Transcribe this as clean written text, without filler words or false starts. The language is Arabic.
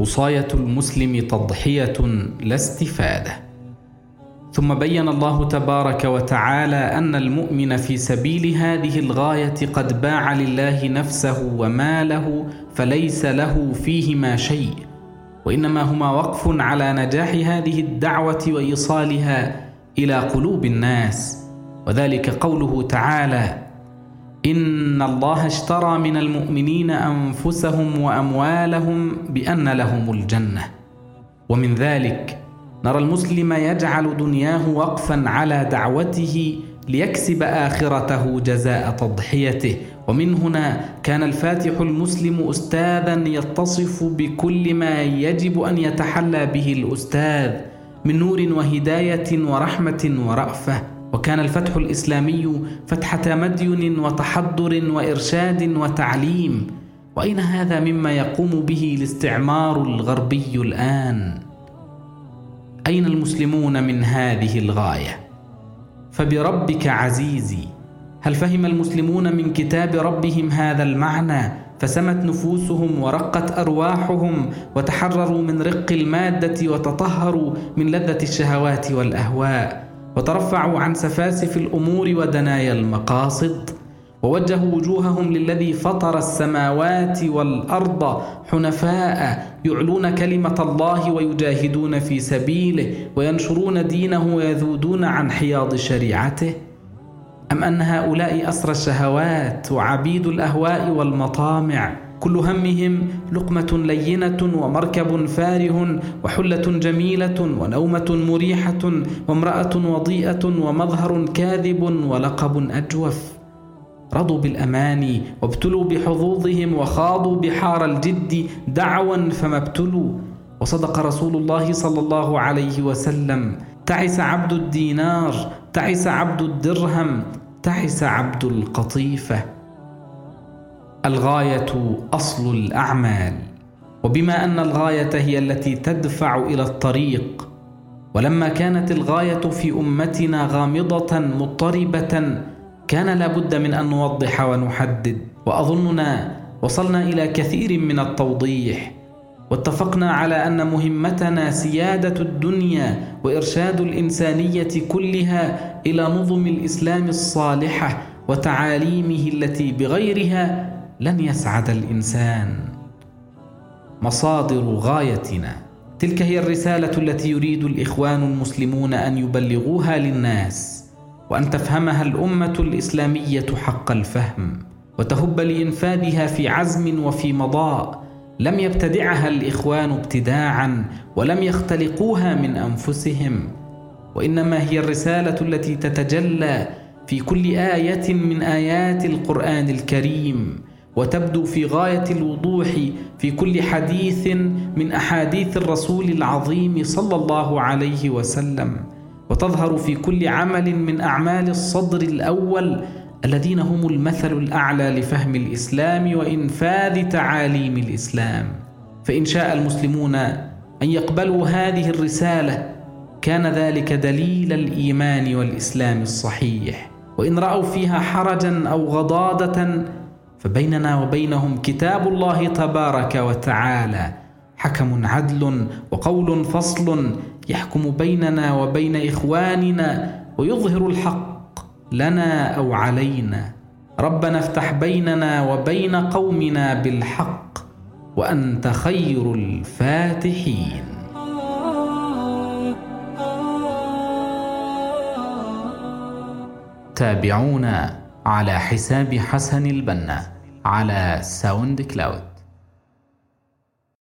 وصاية المسلم تضحية لا استفادة. ثم بين الله تبارك وتعالى أن المؤمن في سبيل هذه الغاية قد باع لله نفسه وماله، فليس له فيهما شيء، وإنما هما وقف على نجاح هذه الدعوة وإيصالها إلى قلوب الناس. وذلك قوله تعالى: إن الله اشترى من المؤمنين أنفسهم وأموالهم بأن لهم الجنة. ومن ذلك نرى المسلم يجعل دنياه وقفا على دعوته ليكسب آخرته جزاء تضحيته. ومن هنا كان الفاتح المسلم أستاذا يتصف بكل ما يجب أن يتحلى به الأستاذ من نور وهداية ورحمة ورأفة. وكان الفتح الإسلامي فتح تمدن وتحضر وإرشاد وتعليم. وأين هذا مما يقوم به الاستعمار الغربي الآن؟ أين المسلمون من هذه الغاية؟ فبربك عزيزي، هل فهم المسلمون من كتاب ربهم هذا المعنى فسمت نفوسهم ورقت أرواحهم وتحرروا من رق المادة وتطهروا من لذة الشهوات والأهواء وترفعوا عن سفاسف الأمور ودنايا المقاصد ووجهوا وجوههم للذي فطر السماوات والأرض حنفاء يعلون كلمة الله ويجاهدون في سبيله وينشرون دينه ويذودون عن حياض شريعته؟ أم أن هؤلاء أسرى الشهوات وعبيد الأهواء والمطامع كل همهم لقمة لينة ومركب فاره وحلة جميلة ونومة مريحة وامرأة وضيئة ومظهر كاذب ولقب أجوف؟ رضوا بالأماني وابتلوا بحظوظهم وخاضوا بحار الجد دعوا فما ابتلوا. وصدق رسول الله صلى الله عليه وسلم: تعس عبد الدينار، تعس عبد الدرهم، تعس عبد القطيفة. الغاية أصل الأعمال، وبما أن الغاية هي التي تدفع إلى الطريق، ولما كانت الغاية في أمتنا غامضة مضطربة كان لابد من أن نوضح ونحدد. وأظننا وصلنا إلى كثير من التوضيح، واتفقنا على أن مهمتنا سيادة الدنيا وإرشاد الإنسانية كلها إلى نظم الإسلام الصالحة وتعاليمه التي بغيرها لن يسعد الإنسان. مصادر غايتنا تلك هي الرسالة التي يريد الإخوان المسلمون أن يبلغوها للناس، وأن تفهمها الأمة الإسلامية حق الفهم وتهب لإنفاذها في عزم وفي مضاء. لم يبتدعها الإخوان ابتداعا ولم يختلقوها من أنفسهم، وإنما هي الرسالة التي تتجلى في كل آية من آيات القرآن الكريم، وتبدو في غاية الوضوح في كل حديث من أحاديث الرسول العظيم صلى الله عليه وسلم، وتظهر في كل عمل من أعمال الصدر الأول الذين هم المثل الأعلى لفهم الإسلام وإنفاذ تعاليم الإسلام. فإن شاء المسلمون أن يقبلوا هذه الرسالة كان ذلك دليل الإيمان والإسلام الصحيح، وإن رأوا فيها حرجا أو غضاضة فبيننا وبينهم كتاب الله تبارك وتعالى، حكم عدل وقول فصل يحكم بيننا وبين إخواننا ويظهر الحق لنا أو علينا. ربنا افتح بيننا وبين قومنا بالحق وأنت خير الفاتحين. تابعونا على حساب حسن البنا على ساوند كلاود.